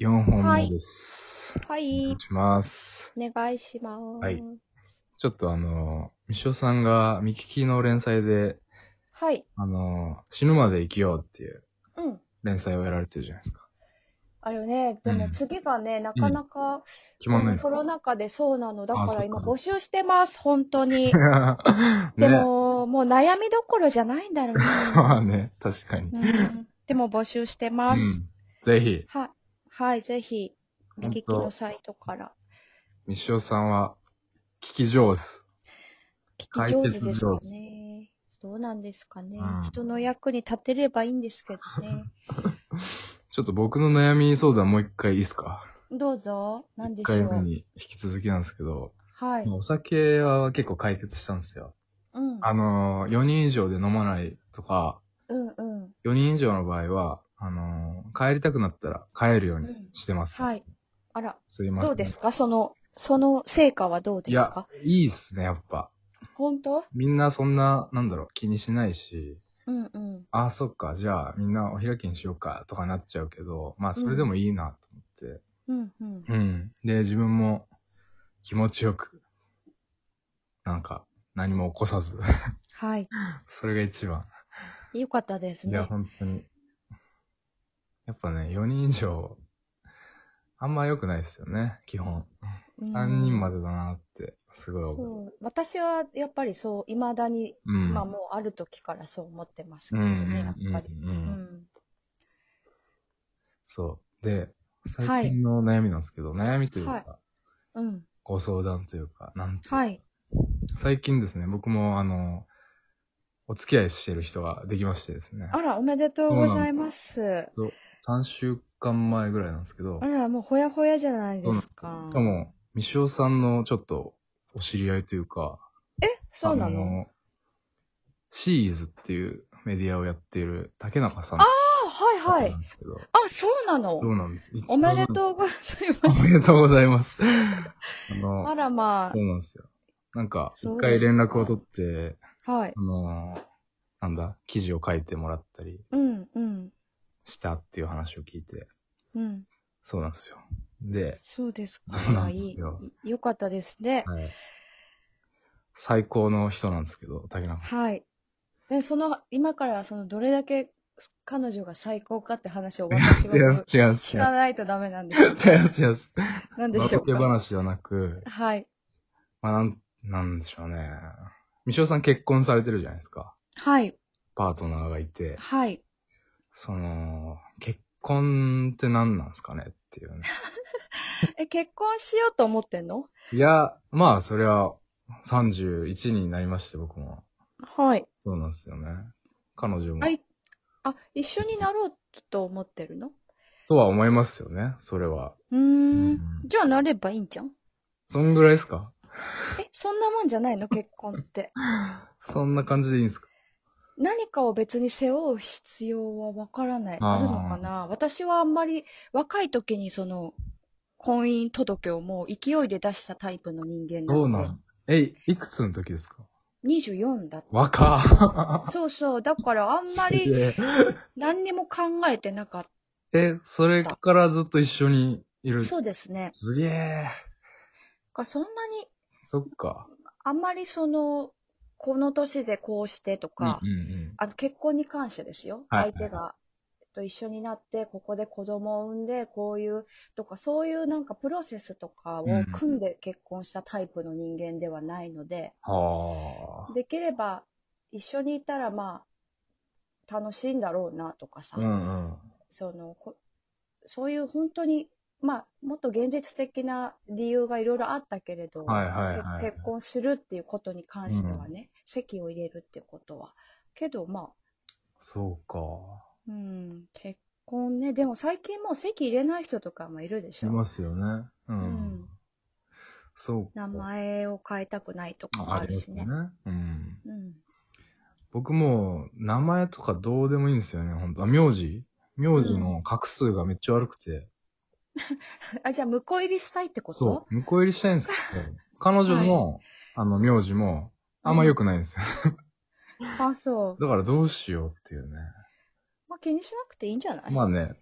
4本はい。 目です。 はお願い。 いします。 お願いします。 はい。ちょっとみしおさんがミキキの連載で、 はい。 死ぬまで生きようっていううん。 連載をやられてるじゃないですか。 あれよね、でもうん。 次がね、なうん。 かなか、 決まんないですか？ コロナ禍でそうなの。だあ、 からそっかそっ今募集してます、本当に。 か。 でね。 も、もう悩みどころじゃないんだろうね、みんまあな。 ね、確かに。 うん。でも募集してます。 うん。ぜひ、 は、はい、ぜひ、右利きのほんと、 サイトから。 みしおさんは聞き上手。 聞き解上手ですか決上手。 ね。どうなんですかね。 うん。 人の役に立てればいいんですけどね。 ちょっと僕の悩み相談もう一回いいですか？ どうぞ。な一んでしょう。 回目に引き続きなんですけど、 はい。 お酒は結構解決したんですよ。 うん。 4人以上で飲まないとか、 うんうん。 4人以上の場合は、帰りたくなったら帰るようにうん。 してますね。 はい。あら、 すいません。 どうですかその成果はどういや、 ですか？ いいっすね、やっぱ。 本当？ みんなそんな、気にしないし、 うんうん。 ああ、そっか、じゃあみんなお開きにしようか、とかなっちゃうけど、まあそれでうん。 もいいなと思って。 うんうん。 うん。で、自分も気持ちよく、何も起こさず。 はい。 それが一番。 よかったですいや、 ね。 本当に。やっぱね、4人以上、あんま良くないですよね、基本。 う 3人まん。 でだなって、すごい思う。 そう。私はやっぱりそう、未だに、 うん。 まあもうある時からそう思ってますうんうけどね、やっんぱり。 うんうん。 うん。 そう。で、最はい。 近の悩みなんですけど、悩みというはい。 か、 うん。 ご相談というか、なんていうか。 はい。 最近ですね、僕もお付き合いしてる人ができましてですね。 あら、おめでとうそうなんでございます。 す。3週間前ぐらいなんですけど、 あら、もうほやほやじゃないでそうなんですか。 すよ。しかも、みしおさんのちょっとお知り合いというか、 そうなの？ シーズっていうメディアをやっている竹中さんあってあ、はい方はい。 なんですけど、 あ、そうなの？ そうなんです。 おめでとうございおます。 めでとうございます。 あらまあ、 そうなんですよ。一そうで回連絡をすか。 取って、 はい。 記事を書いてもらったりうんうん。 したっていう話を聞いて、 うん。 そうなんですよ。で、 そうですか。いや、 そうなんですよ。 よかったですね。 はい。最高の人なんですけど、竹中さはい。で、今からどれだけ彼女が最高かって話をん。 私は違う、違う、 聞かないとダメなんでしょうか？ 違う、違う。 なんでのろけしょうか？ 話じゃなく、 はい。 まあ、なんでしょうね。みしおさん結婚されてるじゃないですか。 はい。 パートナーがいて。 はい。 結婚って何なんですかねっていうね。 結婚しようと思ってんの？ いや、まあ、それは31になりまして、僕も。 はい。 そうなんですよね。彼女も。 あい、一緒になろうと思ってるの？ とは思いますよね、それは。うじゃあなればいいんじゃん。 そんぐらいですか？ そんなもんじゃないの結婚って。 そんな感じでいいんですか？ 何かを別に背負う必要はわからない。あるのかあな？私はあんまり若い時に婚姻届をもう勢いで出したタイプの人間なので、 どうなんいくつの時ですか？ 24だった。 若そうそう。だからあんまりすげえ。 何にも考えてなかっそれた。 からずっと一緒にいる。 そうですね。 すげえ。 そんなに、 そっか。 あんまりこの年でこうしてとうんうんか、 うん。 結婚に関してですよ。 はいはいはい。 相手がと一緒になって、ここで子供を産んで、こういうとか、そういうなんかプロセスとかをうん組んで結婚したタイプの人間ではないので、 はあ。 できれば一緒にいたらまあ楽しいんだろうなとかさ、 うんうん。 そういう本当に、まあもっと現実的な理由がいろいろあったけれど、 はいはいはい。 結婚するっていうことに関してはうん。 ね、籍を入れるっていうことは。けどまあ、 そうか。 結婚ね。でも最近もう籍入れない人とかもいるでしょ？ いますよね。うん。 うん。 そう名か。 前を変えたくないとかもありあるしね。 ますよね。うん。 うん。 僕も、名前とかどうでもいいんですよね、本当名字の画数がめっちゃ悪くて。 じゃあ、婿入りしたいってこと？ そう、向こう入りしたいんですけど、彼女はい。 の、名字も、あんま良くないんですよ。 あ、そう。 だからどうしようっていうね。 まあ、気にしなくていいんじゃない？ まあね、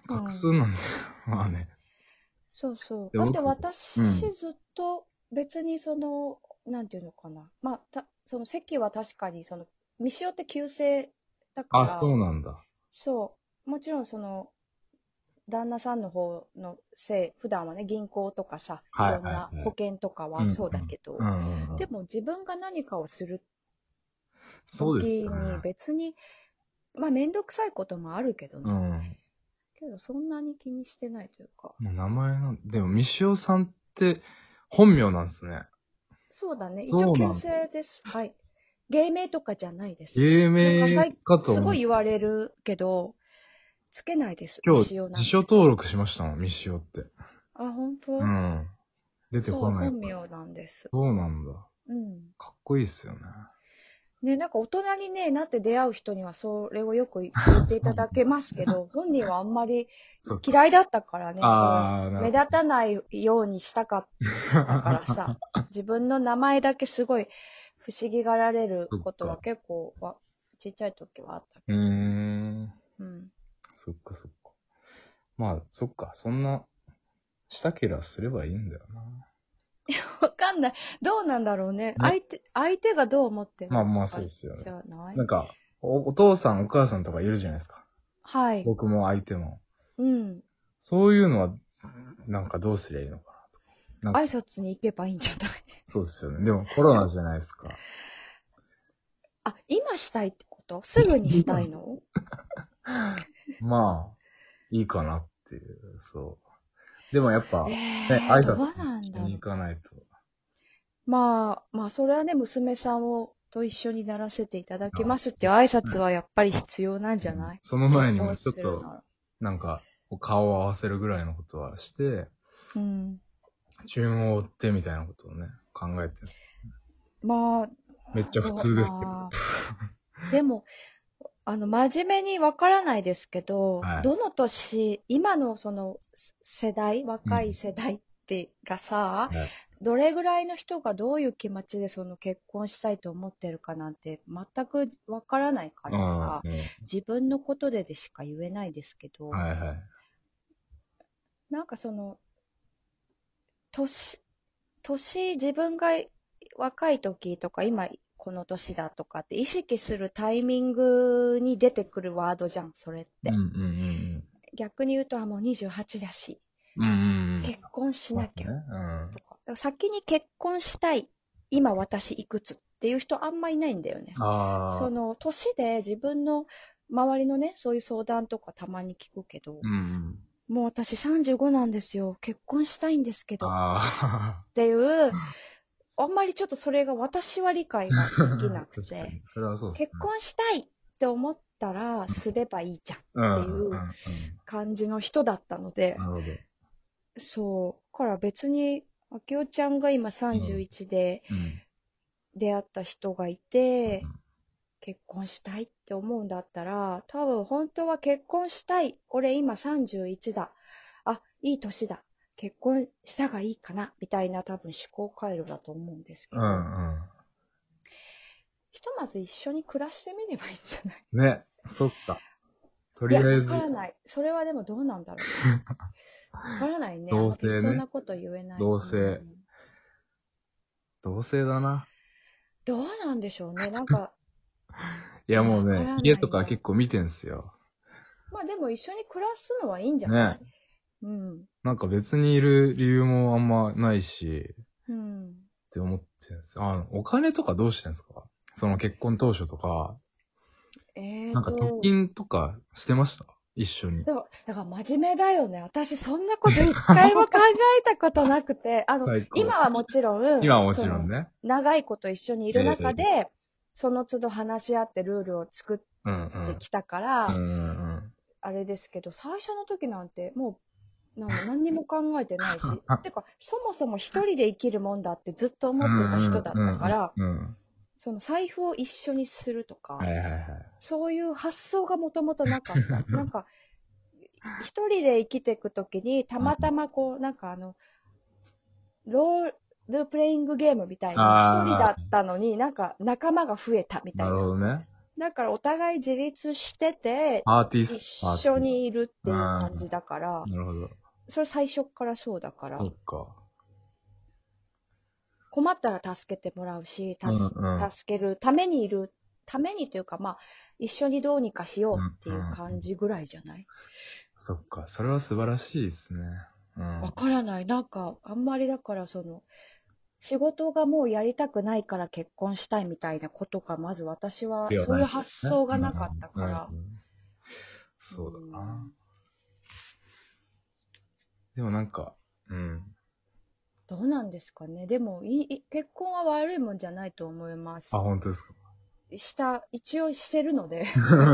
画数なんだよ。まあね。 そうそう。 でだって僕私、 うんずっと別になんていうのかな。まあ、その席は確かに、未使用って旧姓だかあ、そら、 うなんだ。 そう。もちろん旦那さんの方の普段はね、銀行とかさ、いはいろんなはいはい。 保険とかうんうん。 はそうだけど、 うんうんうん。 でも自分が何かをするそうです時によね。 別に、まあめんどくさいこともあるけどね。 うん。 けどそんなに気にしてないというか。 もう名前でも、みしおさんって本名なんですね。 そうだね。一応旧そうなんだ。 姓です。はい。芸名とかじゃないです。 芸なんか名かと思う。 すごい言われるけど、つけないです。 今日、 未使用なんて。 辞書登録しましたもん、みしおって。 あ、本当？ うん。出てそう、 こないから。 本名なんです。 そうなんだ。 うん。 かっこいいっすよね。 ね、なんか大人にね、なって出会う人にはそれをよく言っていただけますけど、本人はあんまりそっか。 嫌いだったからね、目なるほ立たないようにしたかったからさ、自分の名前だけすごい不思議がられるど。そことはっか。 結構ちっちゃい時はあったけうーど。 ん。 うん。 そっかそっか。まあ、そっか。そんな、したけりゃすればいいんだよわかんない。どうなんだろうね。 な。ね。 相手がどう思ってるまあまあ、 かそうですよね。 じゃない？ なんか、お父さん、お母さんとかいるじゃないですか。 はい。 僕も相手も。 うん。 そういうのは、なんかどうすりゃいいのかな。なんか、 挨拶に行けばいいんじゃない？ そうですよね。でもコロナじゃないですか。 あ、今したいってことすぐにしたいの？ まあ、いいかなっていう、そう。でもやっぱ、ね、挨どう拶なんだろう。 しに行かないと。 まあ、それはね、娘さんと一緒にならせていただきますっていう挨拶はやっぱり必要なんじゃない？ その前に結婚もちょっと、 するなら。 なんか、顔を合わせるぐらいのことはして、 うん。 注文を追ってみたいなことをね、考えてる。 まあ、 めっちゃ普通ですけど。 でも、真面目にわからないですけど、 はい。 どの年、今の世代、若いうん世代がさ、 はい。 どれぐらいの人がどういう気持ちで結婚したいと思ってるかなんて全くわからないかうん、 らさ、 うん。 自分のことでしか言えないですけど、 はいはい。 なんか自分が若い時とか今この年だとかって意識するタイミングに出てくるワードじゃん、それっうんうて。 ん逆に言うと、もう28だし、 うん。うんうんうん。 結婚しなきゃね。うん。 とか。だから先に結婚したい、今私いくつっていう人あんまいないんだよね。 ああ。 年で自分の周りのね、そういう相談とかたまに聞くけど、 うんうん。 もう私35なんですよ。結婚したいんですけど。 あっていう、あんまりちょっとそれが私は理解ができなあ。確かくて、 に。それはそうですね。 結婚したいって思ったらすればいいじゃんっうんていううんうん。 感じの人だったので、 なるほど。 そう。から別に、あきおちゃんが今うん。 31でうん出会った人がいて、結婚したいって思うんだったら、多分本当は結婚したい。俺今31だ。あ、いい年だ。結婚したがいいかな。みたいな多分思考回路だと思うんですけうど、 んひとまず一緒に暮らしてみればいいんじゃない？ うん。ね。そっか。といや、わりあえず、 からない。それはでもどうなんだろう。わからないね。 同適性ね。 当なこと言えない。 同性うん。 同性だな。 どうなんでしょうね。なんか、 いやもうね、 わから家とかないな。 結構見てんすよ。 まあでも一緒に暮らすのはいいんじゃなね。 い？うん。 なんか別にいる理由もあんまないし、 うん。 って思ってんす。お金とかどうしてんすか？その結婚当初とか、なんか貯金とかしてました一緒に。 だから真面目だよね。私そんなこと一回も考えたことなくて、 最高。 今はもちろん、 今はもちろんね。 長いこと一緒にいる中えで、その都度話し合ってルールを作っうんうん。 てきたから、 うんうんあれですけど、最初の時なんてもう何にも考えてないし、てか、そもそも一人で生きるもんだってずっと思ってた人だったから、 うん。 その財布を一緒にするとか、 はいはいはい。 そういう発想がもともとなかった。なんか、一人で生きていくときに、たまたまなんかロールプレイングゲームみたいに一人だったのに、なんか仲間が増えたみたないるほな。 どね。 だからお互い自立してて、 アーティ一スト。 緒にいるっていう感じだから、 なるほど。 それ最初からそうだからそ、うか。 困ったら助けてもらうし、 うん。 助けるためにいる、ためにというか、まあ、一緒にどうにかしようっていう感じぐらいじゃない？ そっか。それは素晴らしいですね。 わからない。なんか、あんまりだから仕事がもうやりたくないから結婚したいみたいなことが、まず私は、そういう発想がなかったから。 そうだな。でもなんか、 どうなんですかね。でも結婚は悪いもんじゃないと思いまあ、 す。 本当ですか。 一応してるので。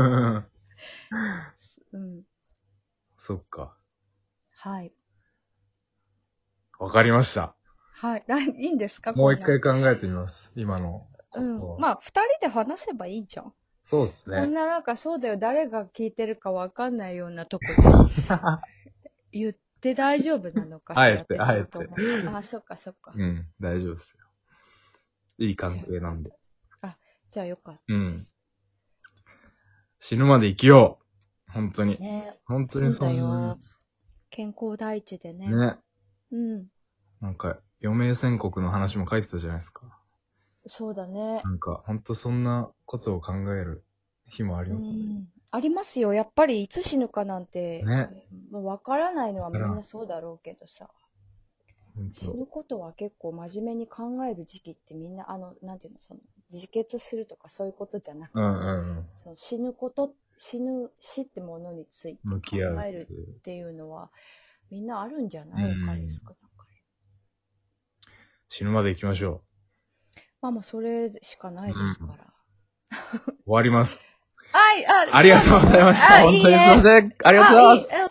うん。 そっか。 はい。 わかりました。 はい。いいんですか？ もう一回考えてみます。今のこうとを。 ん。まあ、二人で話せばいいじゃん。 そうですこんね。 ななんかそうだよ、誰が聞いてるかわかんないようなとこで言って大丈夫なのかしらってちょっと思った。あ、そっかそっか。 大丈夫ですよ。いい関係なんで。 じゃあよかったうん。 です。 死ぬまで生きよう。本当に。 ね。 本当にそうだよ。 思います。 健康第一でね。 ね。 うん。 なんか、余命宣告の話も書いてたじゃないですか。 そうだね。 なんか、ほんとそんなことを考える日もありうますね。 ん。ありますよ。やっぱりいつ死ぬかなんて、 ね。 わからないのはみんなそうだろうけどさ。 ほんと。 死ぬことは結構真面目に考える時期ってみんな、なんていうの、自決するとかそういうことじゃなくて、その死ってものについて向き合う考えるっていうのは、みんなあるんじゃない？おかり少なかれ。 死ぬまで行きましょまあもうそれしかないですから。 う。終わります。 はい、 ありがとうございました。本当にすいません。ありがとうございます。